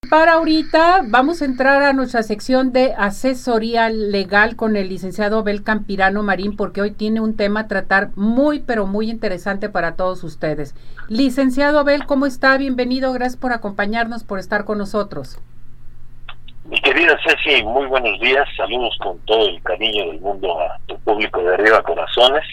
Para ahorita vamos a entrar a nuestra sección de asesoría legal con el licenciado Abel Campirano Marín, porque hoy tiene un tema a tratar muy, pero muy interesante para todos ustedes. Licenciado Abel, ¿cómo está? Bienvenido, gracias por acompañarnos, por estar con nosotros. Mi querida Ceci, muy buenos días, saludos con todo el cariño del mundo a tu público de Arriba Corazones.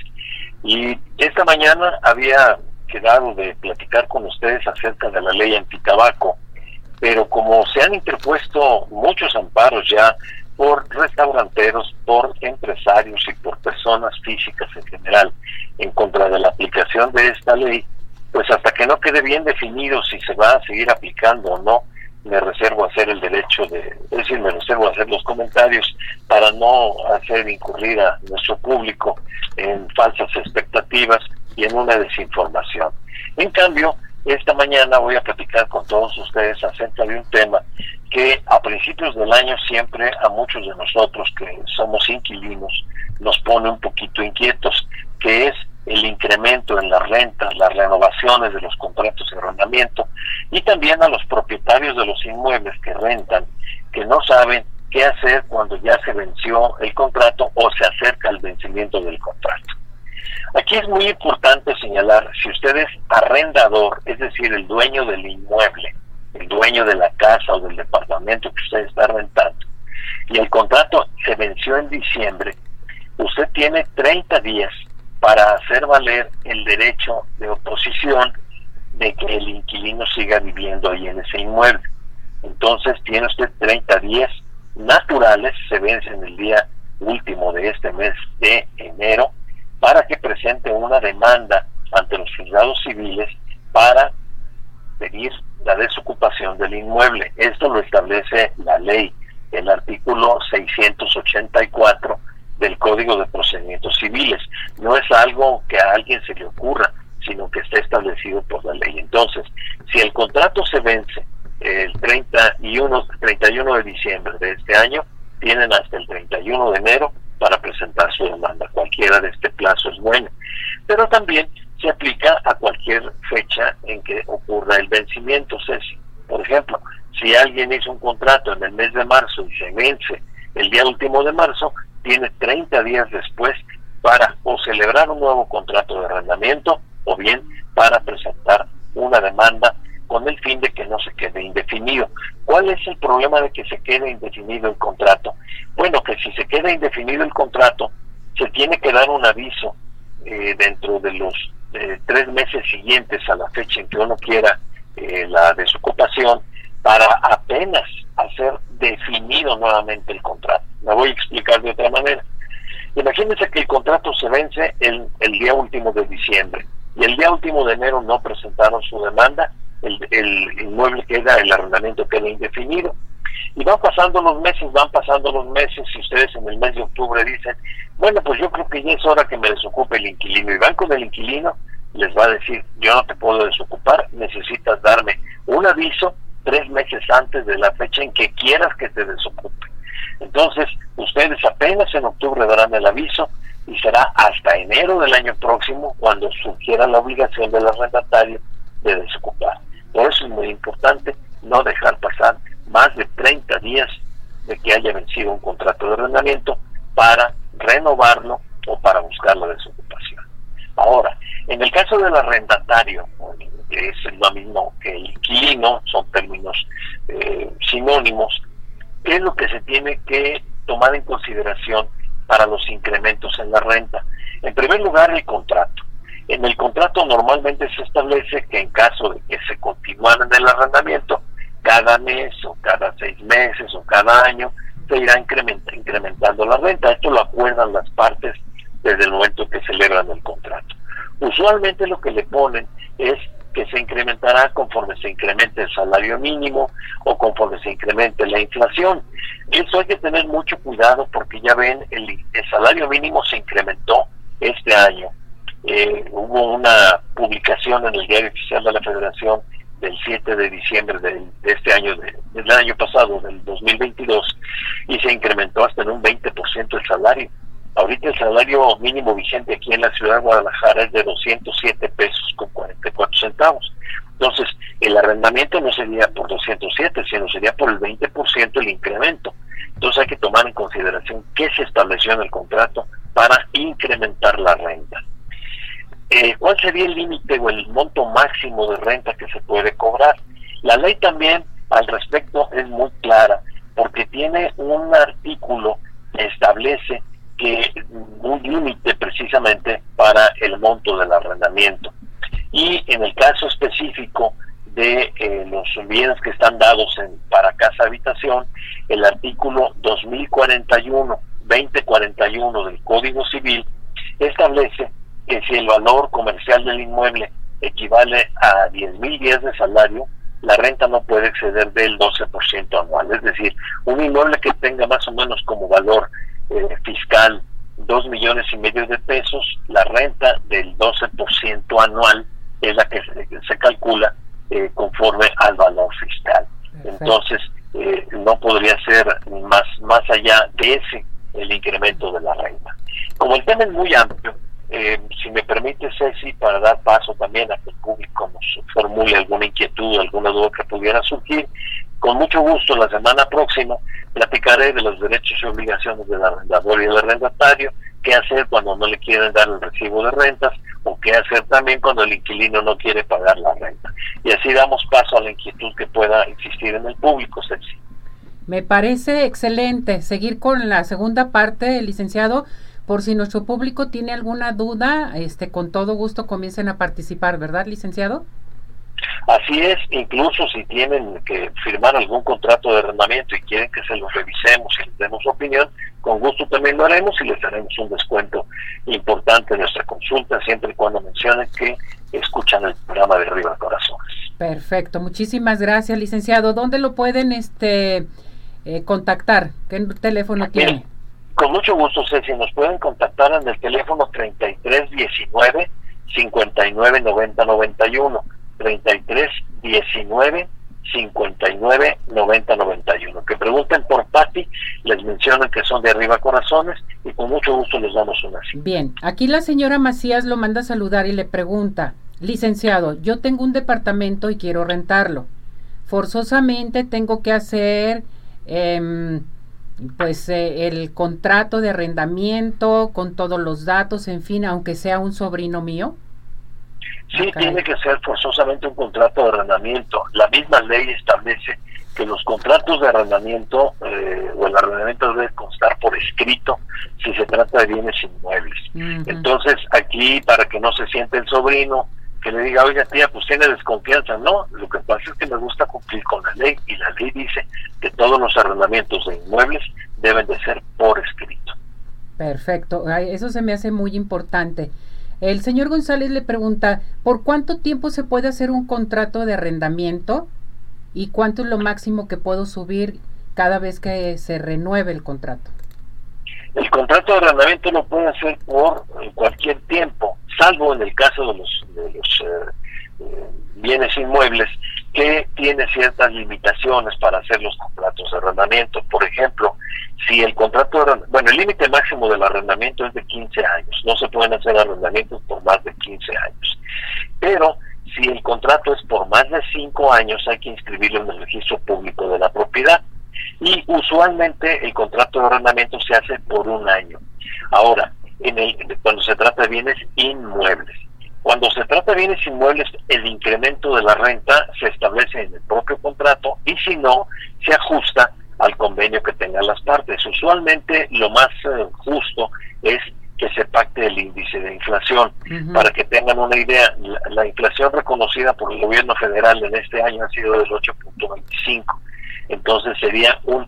Y esta mañana había quedado de platicar con ustedes acerca de la ley antitabaco, pero como se han interpuesto muchos amparos ya por restauranteros, por empresarios y por personas físicas en general en contra de la aplicación de esta ley, pues hasta que no quede bien definido si se va a seguir aplicando o no, me reservo a hacer el derecho me reservo a hacer los comentarios para no hacer incurrir a nuestro público en falsas expectativas y en una desinformación. En cambio, esta mañana voy a platicar con todos ustedes acerca de un tema que a principios del año siempre a muchos de nosotros que somos inquilinos nos pone un poquito inquietos, que es el incremento en las rentas, las renovaciones de los contratos de arrendamiento y también a los propietarios de los inmuebles que rentan, que no saben qué hacer cuando ya se venció el contrato o se acerca el vencimiento del contrato. Aquí es muy importante señalar, si usted es arrendador, es decir, el dueño del inmueble, el dueño de la casa o del departamento que usted está rentando, y el contrato se venció en diciembre, usted tiene 30 días para hacer valer el derecho de oposición de que el inquilino siga viviendo ahí en ese inmueble. Entonces tiene usted 30 días naturales, se vencen el día último de este mes de enero, para que presente una demanda ante los juzgados civiles para pedir la desocupación del inmueble. Esto lo establece la ley, el artículo 684 del Código de Procedimientos Civiles. No es algo que a alguien se le ocurra, sino que está establecido por la ley. Entonces, si el contrato se vence el 31 de diciembre de este año, tienen hasta el 31 de enero para presentar su demanda. Cualquiera de este plazo es bueno, pero también se aplica a cualquier fecha en que ocurra el vencimiento. Ceci, por ejemplo, si alguien hizo un contrato en el mes de marzo y se vence el día último de marzo, tiene 30 días después para o celebrar un nuevo contrato de arrendamiento o bien para presentar una demanda con el fin de que no se quede indefinido. ¿Cuál es el problema de que se quede indefinido el contrato? Bueno, que si se queda indefinido el contrato, se tiene que dar un aviso dentro de los 3 meses siguientes a la fecha en que uno quiera la desocupación, para apenas hacer definido nuevamente el contrato. Me voy a explicar de otra manera. Imagínense que el contrato se vence el día último de diciembre y el día último de enero no presentaron su demanda, el inmueble el arrendamiento queda indefinido. Y van pasando los meses, y ustedes en el mes de octubre dicen, bueno, pues yo creo que ya es hora que me desocupe el inquilino, y van con el inquilino, les va a decir, yo no te puedo desocupar, necesitas darme un aviso 3 meses antes de la fecha en que quieras que te desocupe. Entonces, ustedes apenas en octubre darán el aviso y será hasta enero del año próximo cuando surgiera la obligación del arrendatario de desocupar. Por eso es muy importante no dejar pasar más de 30 días de que haya vencido un contrato de arrendamiento para renovarlo o para buscar la desocupación. Ahora, en el caso del arrendatario, que es lo mismo que el inquilino, son términos sinónimos, ¿qué es lo que se tiene que tomar en consideración para los incrementos en la renta? En primer lugar, el contrato. En el contrato normalmente se establece que en caso de que se continuara en el arrendamiento, cada mes o cada 6 meses o cada año se irá incrementando la renta. Esto lo acuerdan las partes desde el momento que celebran el contrato. Usualmente lo que le ponen es que se incrementará conforme se incremente el salario mínimo o conforme se incremente la inflación. Eso hay que tener mucho cuidado porque ya ven, el salario mínimo se incrementó este año. Hubo una publicación en el Diario Oficial de la Federación del 7 de diciembre de este año, del año pasado, del 2022, y se incrementó hasta en un 20% el salario. Ahorita el salario mínimo vigente aquí en la ciudad de Guadalajara es de 207 pesos con 44 centavos. Entonces, el arrendamiento no sería por 207, sino sería por el 20% el incremento. Entonces hay que tomar en consideración qué se estableció en el contrato para incrementar la renta. ¿Cuál sería el límite o el monto máximo de renta que se puede cobrar? La ley también al respecto es muy clara, porque tiene un artículo que establece que un límite precisamente para el monto del arrendamiento. Y en el caso específico de los bienes que están dados para casa habitación, el artículo 2041 del Código Civil establece que si el valor comercial del inmueble equivale a 10,000 días de salario, la renta no puede exceder del 12% anual. Es decir, un inmueble que tenga más o menos como valor fiscal 2,5 millones de pesos, la renta del 12% anual es la que se calcula conforme al valor fiscal. Perfecto. Entonces, no podría ser más allá de ese el incremento de la renta. Como el tema es muy amplio, si me permite, Ceci, para dar paso también a que el público nos formule alguna inquietud, alguna duda que pudiera surgir, con mucho gusto la semana próxima platicaré de los derechos y obligaciones del arrendador y del arrendatario, qué hacer cuando no le quieren dar el recibo de rentas, o qué hacer también cuando el inquilino no quiere pagar la renta. Y así damos paso a la inquietud que pueda existir en el público, Ceci. Me parece excelente seguir con la segunda parte, licenciado. Por si nuestro público tiene alguna duda, con todo gusto comiencen a participar, ¿verdad, licenciado? Así es, incluso si tienen que firmar algún contrato de arrendamiento y quieren que se los revisemos y les demos opinión, con gusto también lo haremos y les daremos un descuento importante en nuestra consulta, siempre y cuando mencionen que escuchan el programa de Arriba Corazones. Perfecto, muchísimas gracias, licenciado. ¿Dónde lo pueden contactar? ¿Qué teléfono tiene? Bien. Con mucho gusto, Ceci, nos pueden contactar en el teléfono 3319 59 90 91, 3319 59 90 91. Que pregunten por Pati, les mencionan que son de Arriba Corazones y con mucho gusto les damos una cita. Bien, aquí la señora Macías lo manda a saludar y le pregunta: licenciado, yo tengo un departamento y quiero rentarlo. Forzosamente tengo que hacer el contrato de arrendamiento con todos los datos, en fin, aunque sea un sobrino mío. Sí, tiene que ser forzosamente un contrato de arrendamiento. La misma ley establece que los contratos de arrendamiento o el arrendamiento debe constar por escrito si se trata de bienes inmuebles. Uh-huh. Entonces, aquí, para que no se siente el sobrino que le diga: oiga, tía, pues tiene desconfianza. No, lo que pasa es que me gusta cumplir con la ley, y la ley dice que todos los arrendamientos de inmuebles deben de ser por escrito. Perfecto, eso se me hace muy importante. El señor González le pregunta: ¿por cuánto tiempo se puede hacer un contrato de arrendamiento y cuánto es lo máximo que puedo subir cada vez que se renueve el contrato? El contrato de arrendamiento lo puede hacer por cualquier tiempo, salvo en el caso de los bienes inmuebles, que tiene ciertas limitaciones para hacer los contratos de arrendamiento. Por ejemplo, si el contrato el límite máximo del arrendamiento es de 15 años, no se pueden hacer arrendamientos por más de 15 años. Pero si el contrato es por más de 5 años, hay que inscribirlo en el registro público de la propiedad. Y usualmente el contrato de arrendamiento se hace por 1 año. Ahora, cuando se trata de bienes inmuebles. Cuando se trata de bienes inmuebles, el incremento de la renta se establece en el propio contrato, y si no, se ajusta al convenio que tengan las partes. Usualmente lo más justo es que se pacte el índice de inflación. Uh-huh. Para que tengan una idea, la inflación reconocida por el gobierno federal en este año ha sido del 8.25. Entonces sería un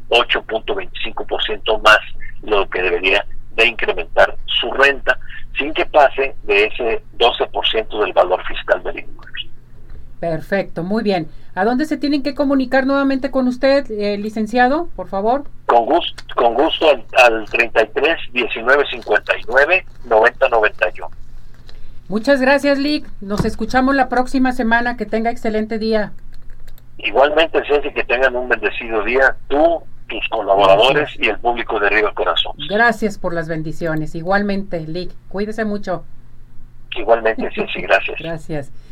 8.25% más lo que debería de incrementar su renta, sin que pase de ese 12% del valor fiscal del inmueble. Perfecto, muy bien. ¿A dónde se tienen que comunicar nuevamente con usted, licenciado, por favor? Con gusto al 33 19 59 90 91. Muchas gracias, Lic. Nos escuchamos la próxima semana. Que tenga excelente día. Igualmente, Ceci, que tengan un bendecido día, tú, tus colaboradores y el público de Arriba Corazones. Gracias por las bendiciones. Igualmente, Lic. Cuídese mucho. Igualmente, Ceci, gracias. Gracias.